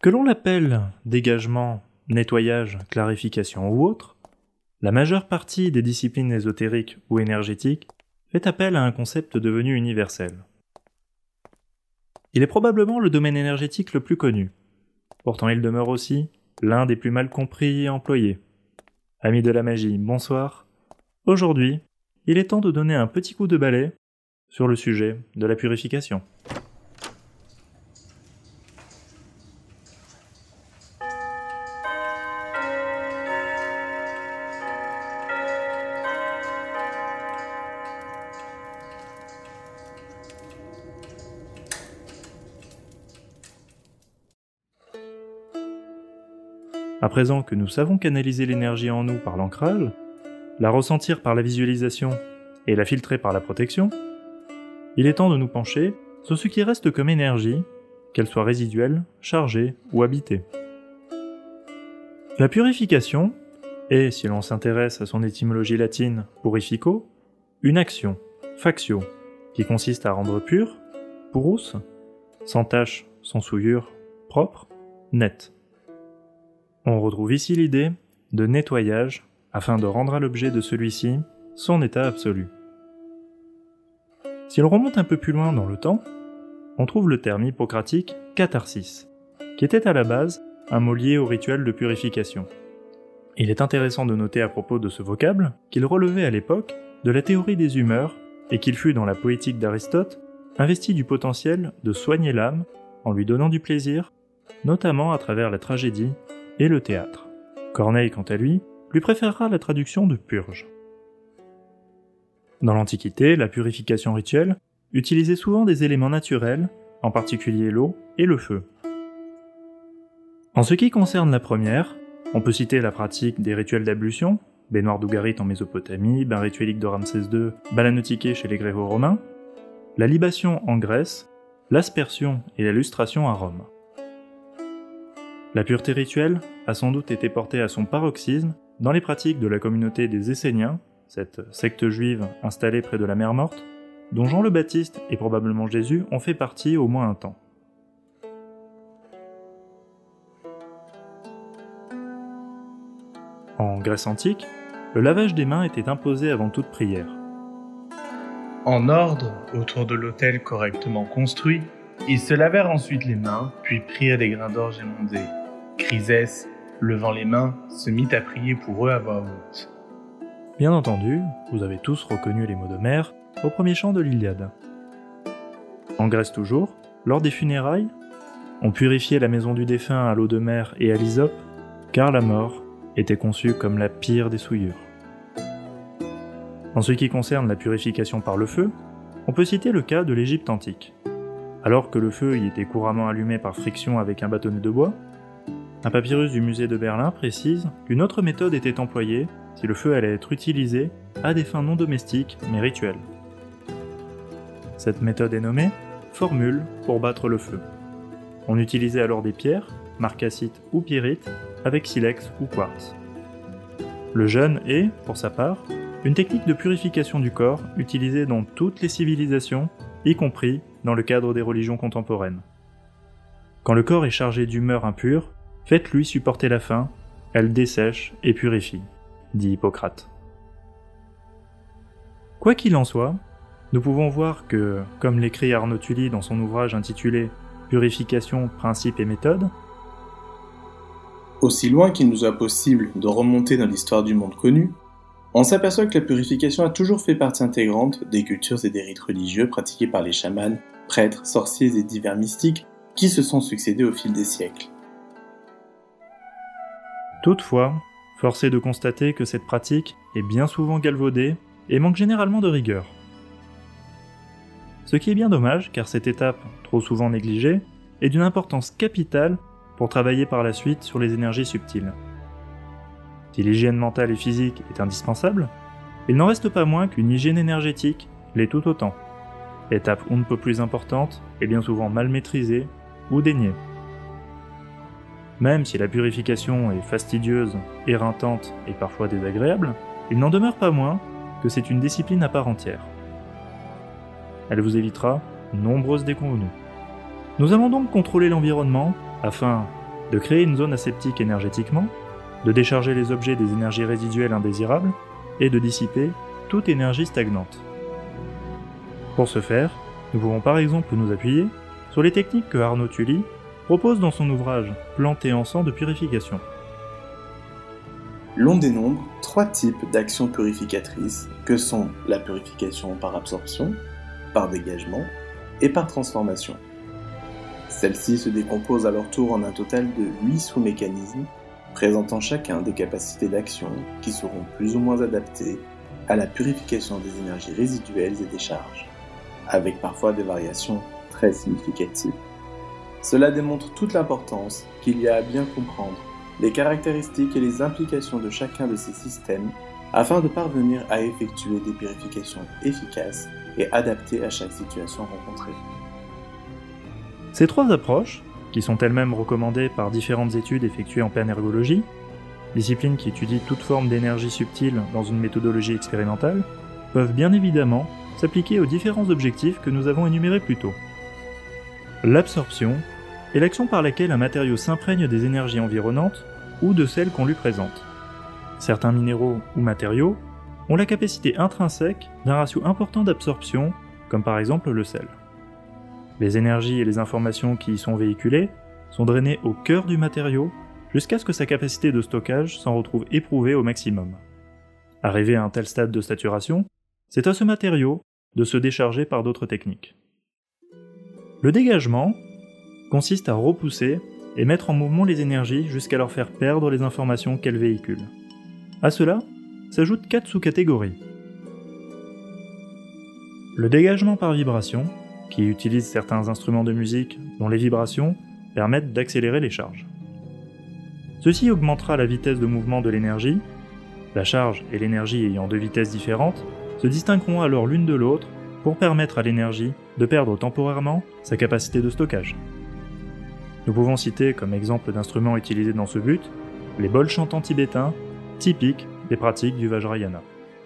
Que l'on l'appelle dégagement, nettoyage, clarification ou autre, la majeure partie des disciplines ésotériques ou énergétiques fait appel à un concept devenu universel. Il est probablement le domaine énergétique le plus connu. Pourtant il demeure aussi l'un des plus mal compris et employés. Amis de la magie, bonsoir. Aujourd'hui, il est temps de donner un petit coup de balai sur le sujet de la purification. À présent que nous savons canaliser l'énergie en nous par l'ancrage, la ressentir par la visualisation et la filtrer par la protection, il est temps de nous pencher sur ce qui reste comme énergie, qu'elle soit résiduelle, chargée ou habitée. La purification est, si l'on s'intéresse à son étymologie latine purifico, une action, factio, qui consiste à rendre pur, purus, sans tache, sans souillure, propre, net. On retrouve ici l'idée de nettoyage afin de rendre à l'objet de celui-ci son état absolu. Si l'on remonte un peu plus loin dans le temps, on trouve le terme hippocratique catharsis, qui était à la base un mot lié au rituel de purification. Il est intéressant de noter à propos de ce vocable qu'il relevait à l'époque de la théorie des humeurs et qu'il fut dans la poétique d'Aristote investi du potentiel de soigner l'âme en lui donnant du plaisir, notamment à travers la tragédie et le théâtre. Corneille, quant à lui préférera la traduction de purge. Dans l'Antiquité, la purification rituelle utilisait souvent des éléments naturels, en particulier l'eau et le feu. En ce qui concerne la première, on peut citer la pratique des rituels d'ablution, baignoire d'Ougarit en Mésopotamie, bain rituelique de Ramsès II, balanotike chez les Gréco-romains, la libation en Grèce, l'aspersion et la lustration à Rome. La pureté rituelle a sans doute été portée à son paroxysme dans les pratiques de la communauté des Esséniens, cette secte juive installée près de la mer Morte, dont Jean le Baptiste et probablement Jésus ont fait partie au moins un temps. En Grèce antique, le lavage des mains était imposé avant toute prière. En ordre, autour de l'autel correctement construit, ils se lavèrent ensuite les mains, puis prirent des grains d'orge émondés. Chrysès, levant les mains, se mit à prier pour eux à voix haute. Bien entendu, vous avez tous reconnu les mots d'Homère au premier chant de l'Iliade. En Grèce toujours, lors des funérailles, on purifiait la maison du défunt à l'eau de mer et à l'hysope, car la mort était conçue comme la pire des souillures. En ce qui concerne la purification par le feu, on peut citer le cas de l'Égypte antique. Alors que le feu y était couramment allumé par friction avec un bâtonnet de bois, un papyrus du musée de Berlin précise qu'une autre méthode était employée si le feu allait être utilisé à des fins non domestiques mais rituelles. Cette méthode est nommée formule pour battre le feu. On utilisait alors des pierres, marcassite ou pyrite, avec silex ou quartz. Le jeûne est, pour sa part, une technique de purification du corps utilisée dans toutes les civilisations, y compris dans le cadre des religions contemporaines. Quand le corps est chargé d'humeurs impures, faites-lui supporter la faim, elle dessèche et purifie, dit Hippocrate. Quoi qu'il en soit, nous pouvons voir que, comme l'écrit Arnaud Tully dans son ouvrage intitulé « Purification, principes et méthodes », aussi loin qu'il nous soit possible de remonter dans l'histoire du monde connu, on s'aperçoit que la purification a toujours fait partie intégrante des cultures et des rites religieux pratiqués par les chamans, prêtres, sorciers et divers mystiques qui se sont succédés au fil des siècles. Toutefois, force est de constater que cette pratique est bien souvent galvaudée et manque généralement de rigueur. Ce qui est bien dommage car cette étape, trop souvent négligée, est d'une importance capitale pour travailler par la suite sur les énergies subtiles. Si l'hygiène mentale et physique est indispensable, il n'en reste pas moins qu'une hygiène énergétique l'est tout autant. Étape on ne peut plus importante et bien souvent mal maîtrisée ou déniée. Même si la purification est fastidieuse, éreintante et parfois désagréable, il n'en demeure pas moins que c'est une discipline à part entière. Elle vous évitera nombreuses déconvenues. Nous allons donc contrôler l'environnement afin de créer une zone aseptique énergétiquement, de décharger les objets des énergies résiduelles indésirables et de dissiper toute énergie stagnante. Pour ce faire, nous pouvons par exemple nous appuyer sur les techniques que Arnaud Tully propose dans son ouvrage Planter en sang de purification. L'on dénombre 3 types d'actions purificatrices que sont la purification par absorption, par dégagement et par transformation. Celles-ci se décomposent à leur tour en un total de 8 sous-mécanismes présentant chacun des capacités d'action qui seront plus ou moins adaptées à la purification des énergies résiduelles et des charges, avec parfois des variations très significatives. Cela démontre toute l'importance qu'il y a à bien comprendre les caractéristiques et les implications de chacun de ces systèmes afin de parvenir à effectuer des purifications efficaces et adaptées à chaque situation rencontrée. Ces 3 approches, qui sont elles-mêmes recommandées par différentes études effectuées en planergologie, discipline qui étudie toute forme d'énergie subtile dans une méthodologie expérimentale, peuvent bien évidemment s'appliquer aux différents objectifs que nous avons énumérés plus tôt. L'absorption est l'action par laquelle un matériau s'imprègne des énergies environnantes ou de celles qu'on lui présente. Certains minéraux ou matériaux ont la capacité intrinsèque d'un ratio important d'absorption, comme par exemple le sel. Les énergies et les informations qui y sont véhiculées sont drainées au cœur du matériau jusqu'à ce que sa capacité de stockage s'en retrouve éprouvée au maximum. Arrivé à un tel stade de saturation, c'est à ce matériau de se décharger par d'autres techniques. Le dégagement consiste à repousser et mettre en mouvement les énergies jusqu'à leur faire perdre les informations qu'elles véhiculent. À cela s'ajoutent 4 sous-catégories. Le dégagement par vibration, qui utilise certains instruments de musique dont les vibrations permettent d'accélérer les charges. Ceci augmentera la vitesse de mouvement de l'énergie. La charge et l'énergie ayant 2 vitesses différentes se distingueront alors l'une de l'autre pour permettre à l'énergie de perdre temporairement sa capacité de stockage. Nous pouvons citer comme exemple d'instruments utilisés dans ce but les bols chantants tibétains, typiques des pratiques du Vajrayana.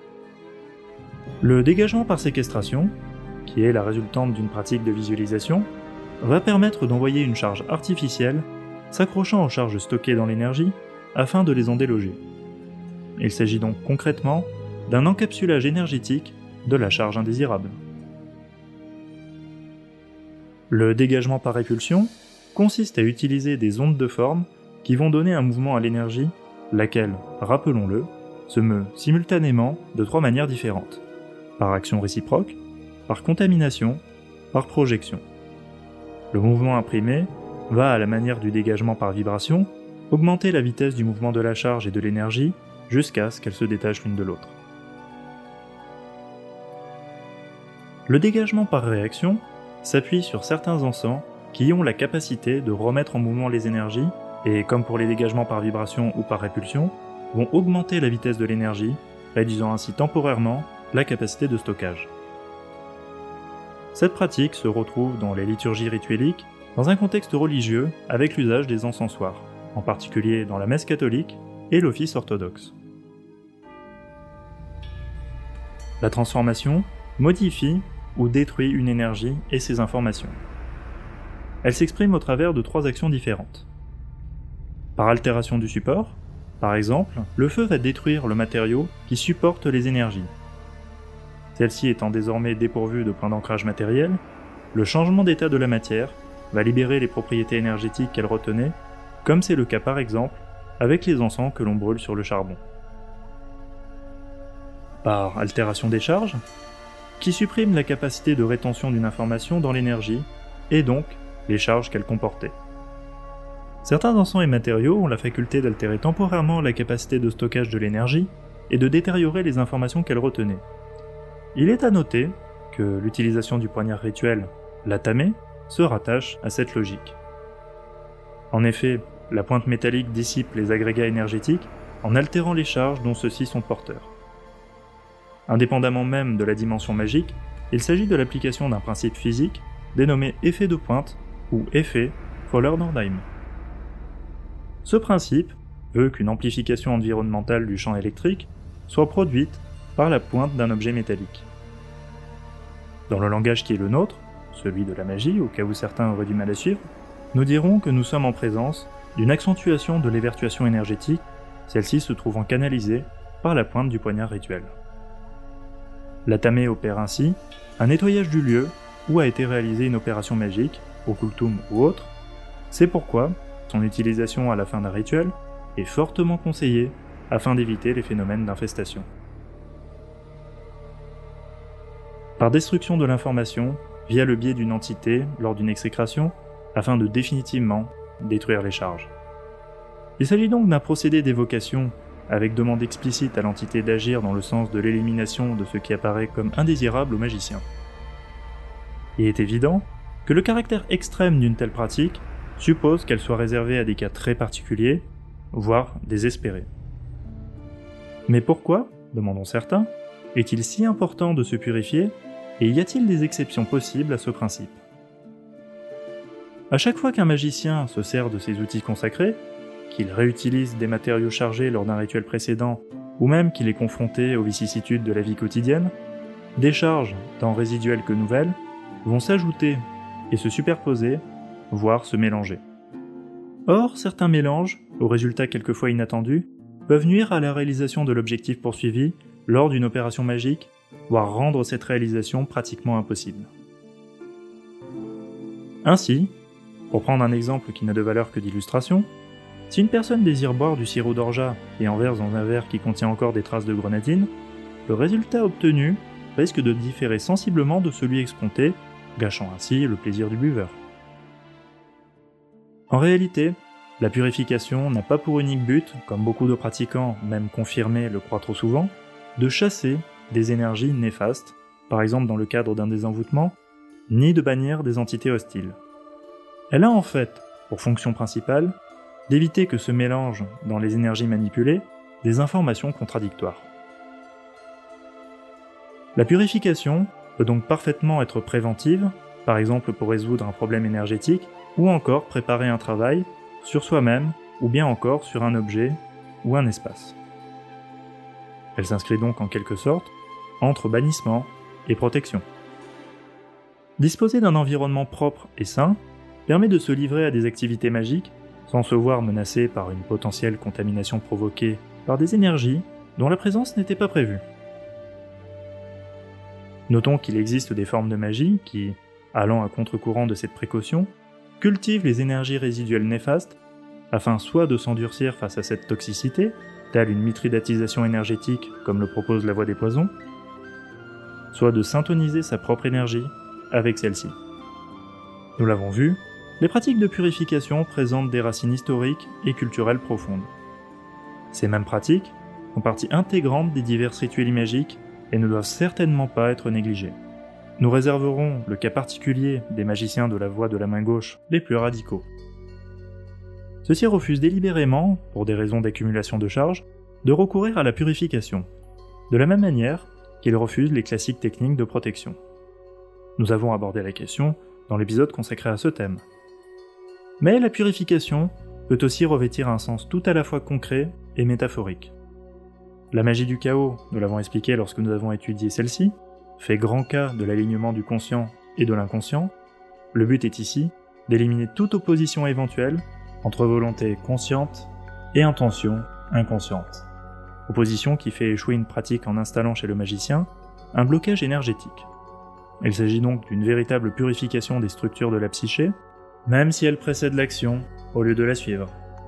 Le dégagement par séquestration, qui est la résultante d'une pratique de visualisation, va permettre d'envoyer une charge artificielle s'accrochant aux charges stockées dans l'énergie afin de les en déloger. Il s'agit donc concrètement d'un encapsulage énergétique de la charge indésirable. Le dégagement par répulsion consiste à utiliser des ondes de forme qui vont donner un mouvement à l'énergie, laquelle, rappelons-le, se meut simultanément de 3 manières différentes: par action réciproque, par contamination, par projection. Le mouvement imprimé va, à la manière du dégagement par vibration, augmenter la vitesse du mouvement de la charge et de l'énergie jusqu'à ce qu'elles se détachent l'une de l'autre. Le dégagement par réaction s'appuie sur certains encens qui ont la capacité de remettre en mouvement les énergies et, comme pour les dégagements par vibration ou par répulsion, vont augmenter la vitesse de l'énergie, réduisant ainsi temporairement la capacité de stockage. Cette pratique se retrouve dans les liturgies rituelliques dans un contexte religieux avec l'usage des encensoirs, en particulier dans la messe catholique et l'office orthodoxe. La transformation modifie ou détruit une énergie et ses informations. Elle s'exprime au travers de 3 actions différentes. Par altération du support, par exemple, le feu va détruire le matériau qui supporte les énergies. Celle-ci étant désormais dépourvue de point d'ancrage matériel, le changement d'état de la matière va libérer les propriétés énergétiques qu'elle retenait, comme c'est le cas par exemple avec les encens que l'on brûle sur le charbon. Par altération des charges, qui supprime la capacité de rétention d'une information dans l'énergie, et donc les charges qu'elle comportait. Certains encens et matériaux ont la faculté d'altérer temporairement la capacité de stockage de l'énergie et de détériorer les informations qu'elle retenait. Il est à noter que l'utilisation du poignard rituel, l'atame, se rattache à cette logique. En effet, la pointe métallique dissipe les agrégats énergétiques en altérant les charges dont ceux-ci sont porteurs. Indépendamment même de la dimension magique, il s'agit de l'application d'un principe physique dénommé effet de pointe ou effet Fowler-Nordheim. Ce principe veut qu'une amplification environnementale du champ électrique soit produite par la pointe d'un objet métallique. Dans le langage qui est le nôtre, celui de la magie, au cas où certains auraient du mal à suivre, nous dirons que nous sommes en présence d'une accentuation de l'évertuation énergétique, celle-ci se trouvant canalisée par la pointe du poignard rituel. La tamé opère ainsi un nettoyage du lieu où a été réalisée une opération magique, occultum ou autre. C'est pourquoi son utilisation à la fin d'un rituel est fortement conseillée afin d'éviter les phénomènes d'infestation. Par destruction de l'information via le biais d'une entité lors d'une exécration afin de définitivement détruire les charges. Il s'agit donc d'un procédé d'évocation avec demande explicite à l'entité d'agir dans le sens de l'élimination de ce qui apparaît comme indésirable au magicien. Il est évident que le caractère extrême d'une telle pratique suppose qu'elle soit réservée à des cas très particuliers, voire désespérés. Mais pourquoi, demandons certains, est-il si important de se purifier et y a-t-il des exceptions possibles à ce principe ? À chaque fois qu'un magicien se sert de ces outils consacrés, qu'il réutilise des matériaux chargés lors d'un rituel précédent, ou même qu'il est confronté aux vicissitudes de la vie quotidienne, des charges, tant résiduelles que nouvelles, vont s'ajouter et se superposer, voire se mélanger. Or, certains mélanges, aux résultats quelquefois inattendus, peuvent nuire à la réalisation de l'objectif poursuivi lors d'une opération magique, voire rendre cette réalisation pratiquement impossible. Ainsi, pour prendre un exemple qui n'a de valeur que d'illustration, si une personne désire boire du sirop d'orgeat et en verse dans un verre qui contient encore des traces de grenadine, le résultat obtenu risque de différer sensiblement de celui escompté, gâchant ainsi le plaisir du buveur. En réalité, la purification n'a pas pour unique but, comme beaucoup de pratiquants, même confirmés, le croient trop souvent, de chasser des énergies néfastes, par exemple dans le cadre d'un désenvoûtement, ni de bannir des entités hostiles. Elle a en fait, pour fonction principale, d'éviter que se mélangent dans les énergies manipulées des informations contradictoires. La purification peut donc parfaitement être préventive, par exemple pour résoudre un problème énergétique, ou encore préparer un travail sur soi-même, ou bien encore sur un objet ou un espace. Elle s'inscrit donc en quelque sorte entre bannissement et protection. Disposer d'un environnement propre et sain permet de se livrer à des activités magiques sans se voir menacé par une potentielle contamination provoquée par des énergies dont la présence n'était pas prévue. Notons qu'il existe des formes de magie qui, allant à contre-courant de cette précaution, cultivent les énergies résiduelles néfastes afin soit de s'endurcir face à cette toxicité, telle une mitridatisation énergétique comme le propose la voie des poisons, soit de syntoniser sa propre énergie avec celle-ci. Nous l'avons vu, les pratiques de purification présentent des racines historiques et culturelles profondes. Ces mêmes pratiques font partie intégrante des divers rituels magiques et ne doivent certainement pas être négligées. Nous réserverons le cas particulier des magiciens de la voie de la main gauche les plus radicaux. Ceux-ci refusent délibérément, pour des raisons d'accumulation de charges, de recourir à la purification, de la même manière qu'ils refusent les classiques techniques de protection. Nous avons abordé la question dans l'épisode consacré à ce thème. Mais la purification peut aussi revêtir un sens tout à la fois concret et métaphorique. La magie du chaos, nous l'avons expliqué lorsque nous avons étudié celle-ci, fait grand cas de l'alignement du conscient et de l'inconscient. Le but est ici d'éliminer toute opposition éventuelle entre volonté consciente et intention inconsciente. Opposition qui fait échouer une pratique en installant chez le magicien un blocage énergétique. Il s'agit donc d'une véritable purification des structures de la psyché, même si elle précède l'action au lieu de la suivre.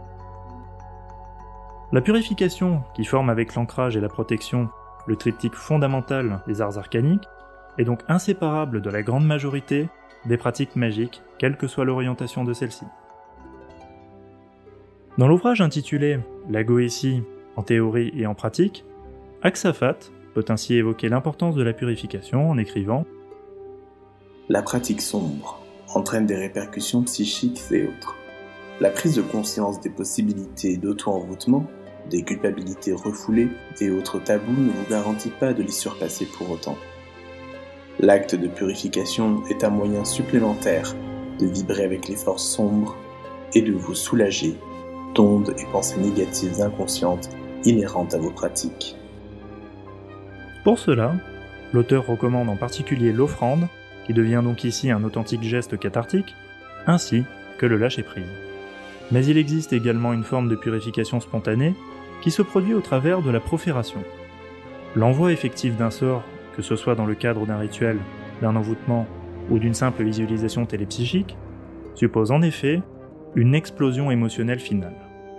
La purification, qui forme avec l'ancrage et la protection le triptyque fondamental des arts arcaniques, est donc inséparable de la grande majorité des pratiques magiques, quelle que soit l'orientation de celles-ci. Dans l'ouvrage intitulé « La Goétie, en théorie et en pratique », Aksafat peut ainsi évoquer l'importance de la purification en écrivant « La pratique sombre entraîne des répercussions psychiques et autres. La prise de conscience des possibilités d'auto-envoûtement, des culpabilités refoulées et autres tabous ne vous garantit pas de les surpasser pour autant. L'acte de purification est un moyen supplémentaire de vibrer avec les forces sombres et de vous soulager d'ondes et pensées négatives inconscientes inhérentes à vos pratiques. » Pour cela, l'auteur recommande en particulier l'offrande, qui devient donc ici un authentique geste cathartique, ainsi que le lâcher-prise. Mais il existe également une forme de purification spontanée qui se produit au travers de la profération. L'envoi effectif d'un sort, que ce soit dans le cadre d'un rituel, d'un envoûtement ou d'une simple visualisation télépsychique, suppose en effet une explosion émotionnelle finale.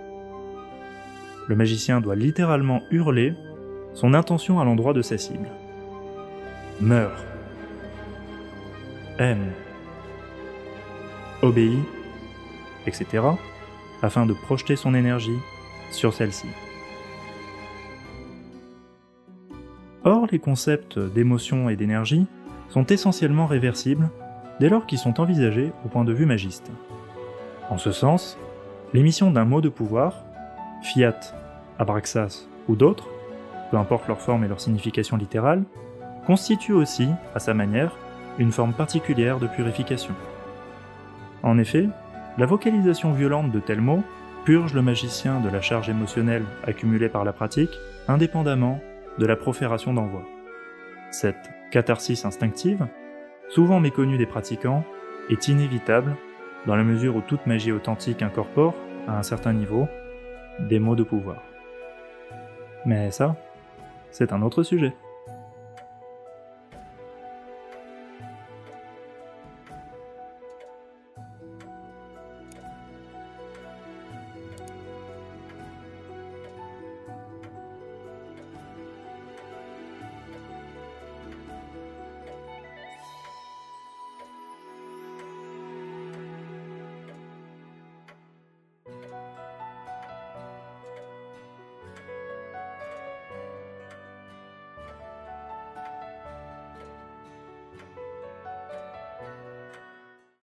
Le magicien doit littéralement hurler son intention à l'endroit de sa cible. Meurs. Aime. Obéis, etc., afin de projeter son énergie sur celle-ci. Or, les concepts d'émotion et d'énergie sont essentiellement réversibles dès lors qu'ils sont envisagés au point de vue magiste. En ce sens, l'émission d'un mot de pouvoir, fiat, abraxas ou d'autres, peu importe leur forme et leur signification littérale, constitue aussi, à sa manière, une forme particulière de purification. En effet, la vocalisation violente de tels mots purge le magicien de la charge émotionnelle accumulée par la pratique, indépendamment de la profération d'envoi. Cette catharsis instinctive, souvent méconnue des pratiquants, est inévitable dans la mesure où toute magie authentique incorpore, à un certain niveau, des mots de pouvoir. Mais ça, c'est un autre sujet.